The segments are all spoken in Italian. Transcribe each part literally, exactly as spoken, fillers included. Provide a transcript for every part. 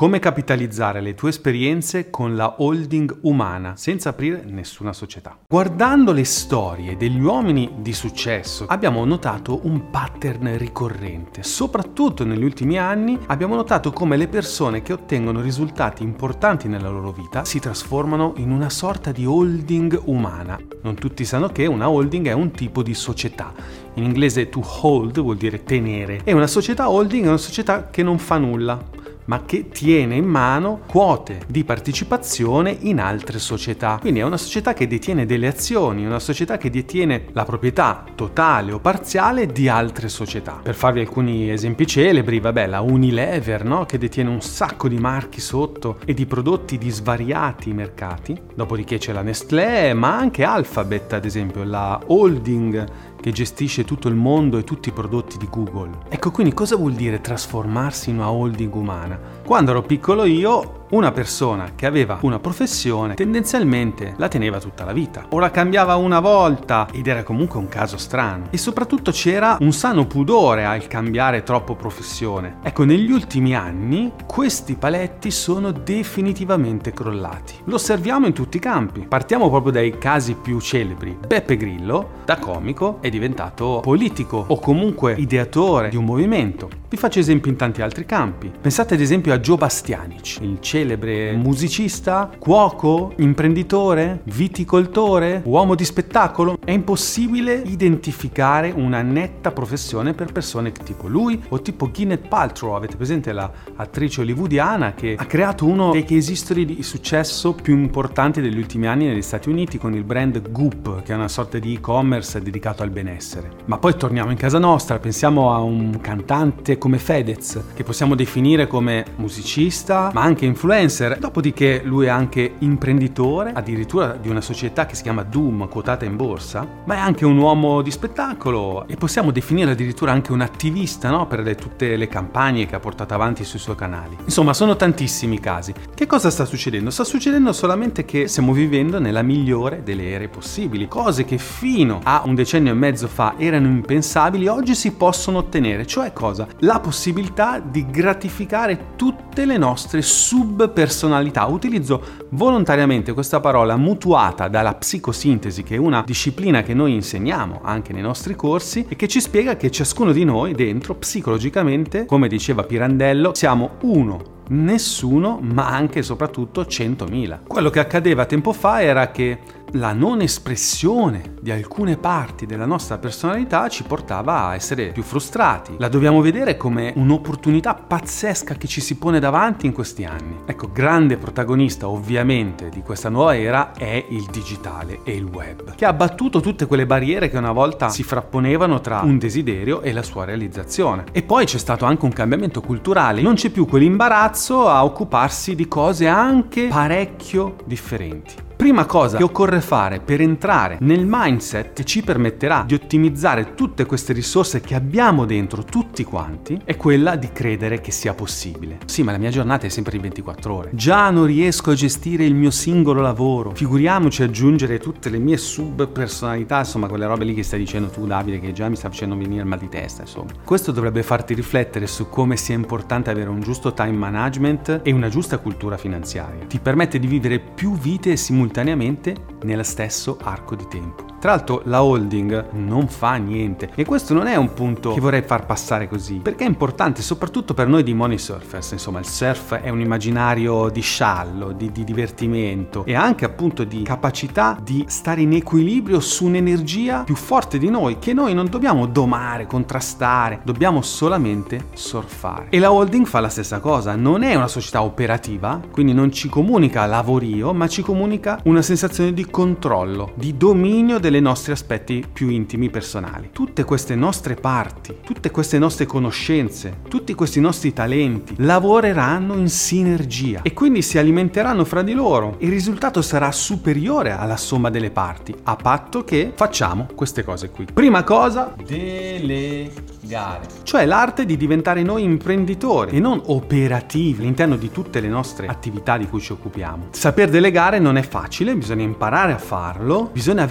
Come capitalizzare le tue esperienze con la holding umana senza aprire nessuna società. Guardando le storie degli uomini di successo abbiamo notato un pattern ricorrente. Soprattutto negli ultimi anni abbiamo notato come le persone che ottengono risultati importanti nella loro vita si trasformano in una sorta di holding umana. Non tutti sanno che una holding è un tipo di società. In inglese to hold vuol dire tenere. E una società holding è una società che non fa nulla, ma che tiene in mano quote di partecipazione in altre società. Quindi è una società che detiene delle azioni, una società che detiene la proprietà totale o parziale di altre società. Per farvi alcuni esempi celebri, vabbè, la Unilever, no? Che detiene un sacco di marchi sotto e di prodotti di svariati mercati. Dopodiché c'è la Nestlé, ma anche Alphabet, ad esempio, la holding che gestisce tutto il mondo e tutti i prodotti di Google. Ecco, quindi cosa vuol dire trasformarsi in una holding umana? Quando ero piccolo io, una persona che aveva una professione tendenzialmente la teneva tutta la vita. O la cambiava una volta ed era comunque un caso strano. E soprattutto c'era un sano pudore al cambiare troppo professione. Ecco, negli ultimi anni questi paletti sono definitivamente crollati. Lo osserviamo in tutti i campi. Partiamo proprio dai casi più celebri. Beppe Grillo, da comico, è diventato politico o comunque ideatore di un movimento. Vi faccio esempi in tanti altri campi. Pensate ad esempio a Joe Bastianic, il celebre musicista, cuoco, imprenditore, viticoltore, uomo di spettacolo. È impossibile identificare una netta professione per persone tipo lui o tipo Gwyneth Paltrow. Avete presente l'attrice hollywoodiana che ha creato uno dei case history di successo più importanti degli ultimi anni negli Stati Uniti con il brand Goop, che è una sorta di e-commerce dedicato al benessere. Ma poi torniamo in casa nostra, pensiamo a un cantante come Fedez, che possiamo definire come musicista ma anche influencer. Dopodiché lui è anche imprenditore, addirittura di una società che si chiama Doom, quotata in borsa, ma è anche un uomo di spettacolo e possiamo definire addirittura anche un attivista, no? Per le, tutte le campagne che ha portato avanti sui suoi canali. Insomma, sono tantissimi casi. Che cosa sta succedendo? Sta succedendo solamente che stiamo vivendo nella migliore delle ere possibili. Cose che fino a un decennio e mezzo fa erano impensabili, oggi si possono ottenere. Cioè cosa? La possibilità di gratificare tutte le nostre subpersonalità. Utilizzo volontariamente questa parola mutuata dalla psicosintesi, che è una disciplina che noi insegniamo anche nei nostri corsi e che ci spiega che ciascuno di noi dentro psicologicamente, come diceva Pirandello, siamo uno, nessuno, ma anche e soprattutto centomila. Quello che accadeva tempo fa era che la non espressione di alcune parti della nostra personalità ci portava a essere più frustrati. La dobbiamo vedere come un'opportunità pazzesca che ci si pone davanti in questi anni. Ecco, grande protagonista ovviamente di questa nuova era è il digitale e il web, che ha abbattuto tutte quelle barriere che una volta si frapponevano tra un desiderio e la sua realizzazione. E poi c'è stato anche un cambiamento culturale. Non c'è più quell'imbarazzo a occuparsi di cose anche parecchio differenti. Prima cosa che occorre fare per entrare nel mindset che ci permetterà di ottimizzare tutte queste risorse che abbiamo dentro tutti quanti è quella di credere che sia possibile. Sì, ma la mia giornata è sempre di ventiquattro ore. Già non riesco a gestire il mio singolo lavoro. Figuriamoci aggiungere tutte le mie subpersonalità, insomma, quelle robe lì che stai dicendo tu, Davide, che già mi sta facendo venire il mal di testa, insomma. Questo dovrebbe farti riflettere su come sia importante avere un giusto time management e una giusta cultura finanziaria. Ti permette di vivere più vite simultaneamente nello stesso arco di tempo. Tra l'altro la holding non fa niente e questo non è un punto che vorrei far passare così, perché è importante soprattutto per noi di money surfers. Insomma, il surf è un immaginario di sciallo, di, di divertimento e anche appunto di capacità di stare in equilibrio su un'energia più forte di noi, che noi non dobbiamo domare, contrastare, dobbiamo solamente surfare. E la holding fa la stessa cosa, non è una società operativa, quindi non ci comunica lavorio, ma ci comunica una sensazione di controllo, di dominio delle nostri aspetti più intimi personali. Tutte queste nostre parti, tutte queste nostre conoscenze, tutti questi nostri talenti lavoreranno in sinergia e quindi si alimenteranno fra di loro. Il risultato sarà superiore alla somma delle parti, a patto che facciamo queste cose qui. Prima cosa, delegare, cioè l'arte di diventare noi imprenditori e non operativi all'interno di tutte le nostre attività di cui ci occupiamo. Saper delegare non è facile, bisogna imparare a farlo, bisogna avere chiaro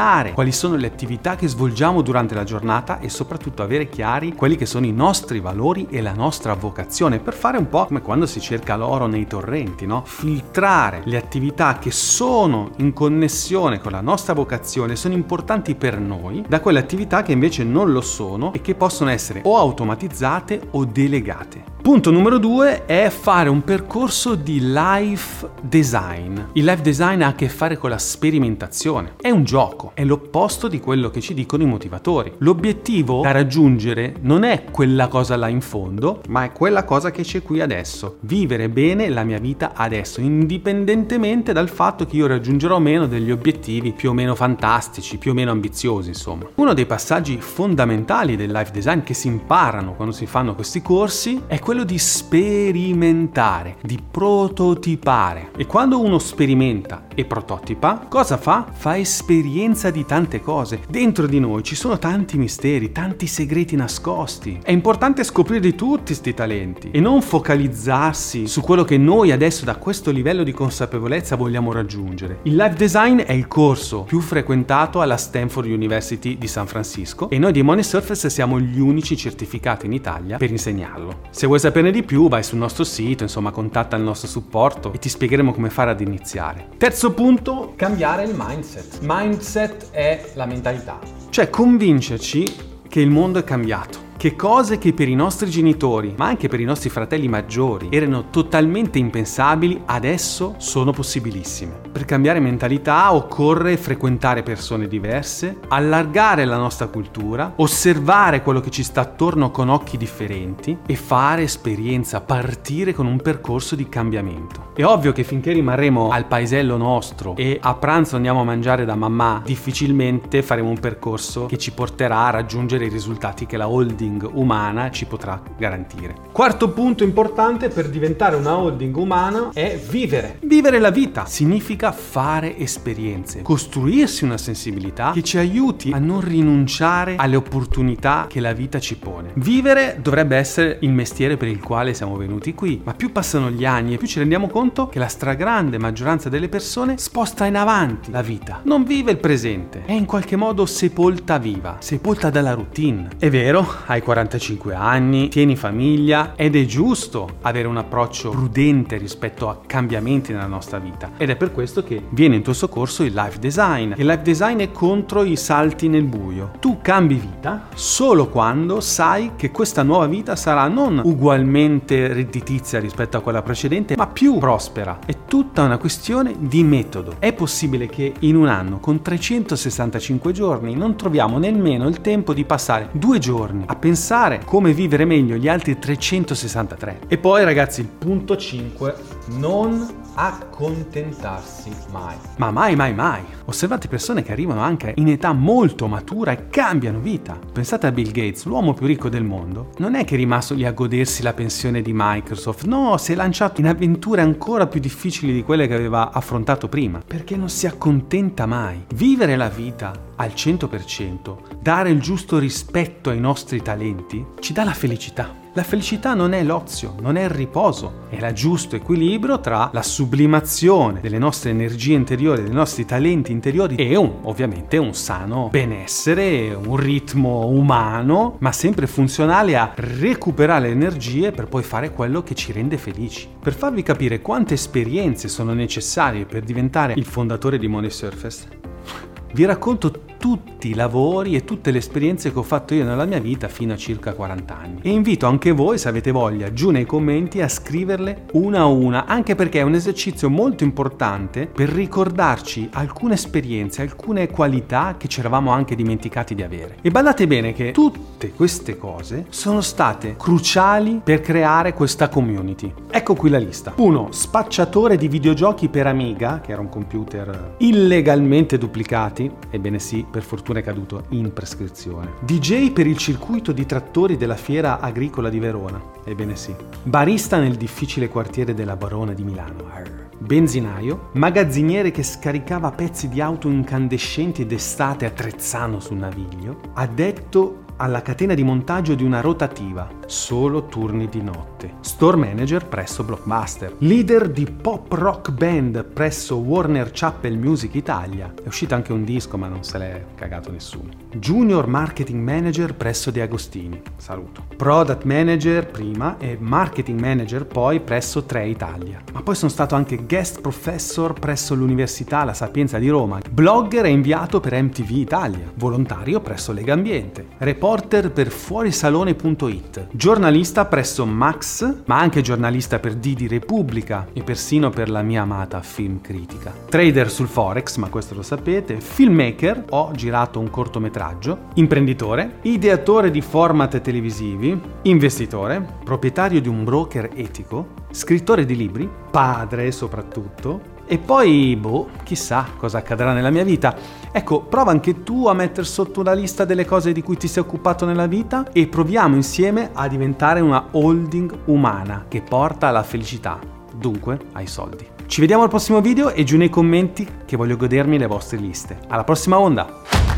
chiare quali sono le attività che svolgiamo durante la giornata e soprattutto avere chiari quelli che sono i nostri valori e la nostra vocazione, per fare un po' come quando si cerca l'oro nei torrenti, no? Filtrare le attività che sono in connessione con la nostra vocazione, sono importanti per noi, da quelle attività che invece non lo sono e che possono essere o automatizzate o delegate. Punto numero due è fare un percorso di life design. Il life design ha a che fare con la sperimentazione. È un gioco, è l'opposto di quello che ci dicono i motivatori. L'obiettivo da raggiungere non è quella cosa là in fondo, ma è quella cosa che c'è qui adesso. Vivere bene la mia vita adesso, indipendentemente dal fatto che io raggiungerò o meno degli obiettivi più o meno fantastici, più o meno ambiziosi, insomma. Uno dei passaggi fondamentali del life design che si imparano quando si fanno questi corsi è quello di sperimentare, di prototipare. E quando uno sperimenta e prototipa, cosa fa? Fa esperienza di tante cose. Dentro di noi ci sono tanti misteri, tanti segreti nascosti. È importante scoprirli tutti sti talenti e non focalizzarsi su quello che noi adesso da questo livello di consapevolezza vogliamo raggiungere. Il life design è il corso più frequentato alla Stanford University di San Francisco e noi di Money Surface siamo gli unici certificati in Italia per insegnarlo. Se vuoi saperne di più, vai sul nostro sito, insomma, contatta il nostro supporto e ti spiegheremo come fare ad iniziare. Terzo punto, cambiare il mindset. Mindset è la mentalità. Cioè convincerci che il mondo è cambiato. Che cose che per i nostri genitori, ma anche per i nostri fratelli maggiori, erano totalmente impensabili, adesso sono possibilissime. Per cambiare mentalità occorre frequentare persone diverse, allargare la nostra cultura, osservare quello che ci sta attorno con occhi differenti e fare esperienza, partire con un percorso di cambiamento. È ovvio che finché rimarremo al paesello nostro e a pranzo andiamo a mangiare da mamma, difficilmente faremo un percorso che ci porterà a raggiungere i risultati che la holding umana ci potrà garantire. Quarto punto importante per diventare una holding umana è vivere. Vivere la vita significa fare esperienze, costruirsi una sensibilità che ci aiuti a non rinunciare alle opportunità che la vita ci pone. Vivere dovrebbe essere il mestiere per il quale siamo venuti qui, ma più passano gli anni e più ci rendiamo conto che la stragrande maggioranza delle persone sposta in avanti la vita, non vive il presente, è in qualche modo sepolta viva, sepolta dalla routine. È vero, hai quarantacinque anni, tieni famiglia ed è giusto avere un approccio prudente rispetto a cambiamenti nella nostra vita ed è per questo che viene in tuo soccorso il life design. Il life design è contro i salti nel buio. Tu cambi vita solo quando sai che questa nuova vita sarà non ugualmente redditizia rispetto a quella precedente, ma più prospera. È tutta una questione di metodo. È possibile che in un anno con trecentosessantacinque giorni non troviamo nemmeno il tempo di passare due giorni a pensare come vivere meglio gli altri trecentosessantatré. E poi ragazzi, il punto cinque, non accontentarsi mai. Ma mai mai mai. Osservate persone che arrivano anche in età molto matura e cambiano vita. Pensate a Bill Gates, l'uomo più ricco del mondo. Non è che è rimasto lì a godersi la pensione di Microsoft, no, si è lanciato in avventure ancora più difficili di quelle che aveva affrontato prima, perché non si accontenta mai. Vivere la vita al cento per cento, dare il giusto rispetto ai nostri talenti, ci dà la felicità. La felicità non è l'ozio, non è il riposo, è il giusto equilibrio tra la sublimazione delle nostre energie interiori, dei nostri talenti interiori e un, ovviamente un sano benessere, un ritmo umano, ma sempre funzionale a recuperare le energie per poi fare quello che ci rende felici. Per farvi capire quante esperienze sono necessarie per diventare il fondatore di Money Surface, vi racconto tutti i lavori e tutte le esperienze che ho fatto io nella mia vita fino a circa quaranta anni. E invito anche voi, se avete voglia, giù nei commenti a scriverle una a una, anche perché è un esercizio molto importante per ricordarci alcune esperienze, alcune qualità che ci eravamo anche dimenticati di avere. E badate bene che tutte queste cose sono state cruciali per creare questa community. Ecco qui la lista. uno. Spacciatore di videogiochi per Amiga, che era un computer illegalmente duplicati, ebbene sì, per fortuna è caduto in prescrizione. D J per il circuito di trattori della Fiera Agricola di Verona, ebbene sì. Barista nel difficile quartiere della Barona di Milano. Arr. Benzinaio, magazziniere che scaricava pezzi di auto incandescenti d'estate a Trezzano sul Naviglio, addetto alla catena di montaggio di una rotativa, solo turni di notte. Store manager presso Blockbuster. Leader di pop rock band presso Warner Chappell Music Italia. È uscito anche un disco, ma non se l'è cagato nessuno. Junior marketing manager presso De Agostini. Saluto. Product manager prima e marketing manager poi presso Tre Italia. Ma poi sono stato anche guest professor presso l'Università La Sapienza di Roma. Blogger e inviato per M T V Italia. Volontario presso Lega Ambiente. Reporter per fuorisalone punto it. Giornalista presso Max, ma anche giornalista per Didi Repubblica e persino per la mia amata Film Critica. Trader sul Forex, ma questo lo sapete. Filmmaker, ho girato un cortometraggio. Imprenditore, ideatore di format televisivi, investitore, proprietario di un broker etico, scrittore di libri, padre soprattutto. E poi, boh, chissà cosa accadrà nella mia vita. Ecco, prova anche tu a mettere sotto una lista delle cose di cui ti sei occupato nella vita e proviamo insieme a diventare una holding umana che porta alla felicità, dunque ai soldi. Ci vediamo al prossimo video e giù nei commenti che voglio godermi le vostre liste. Alla prossima onda!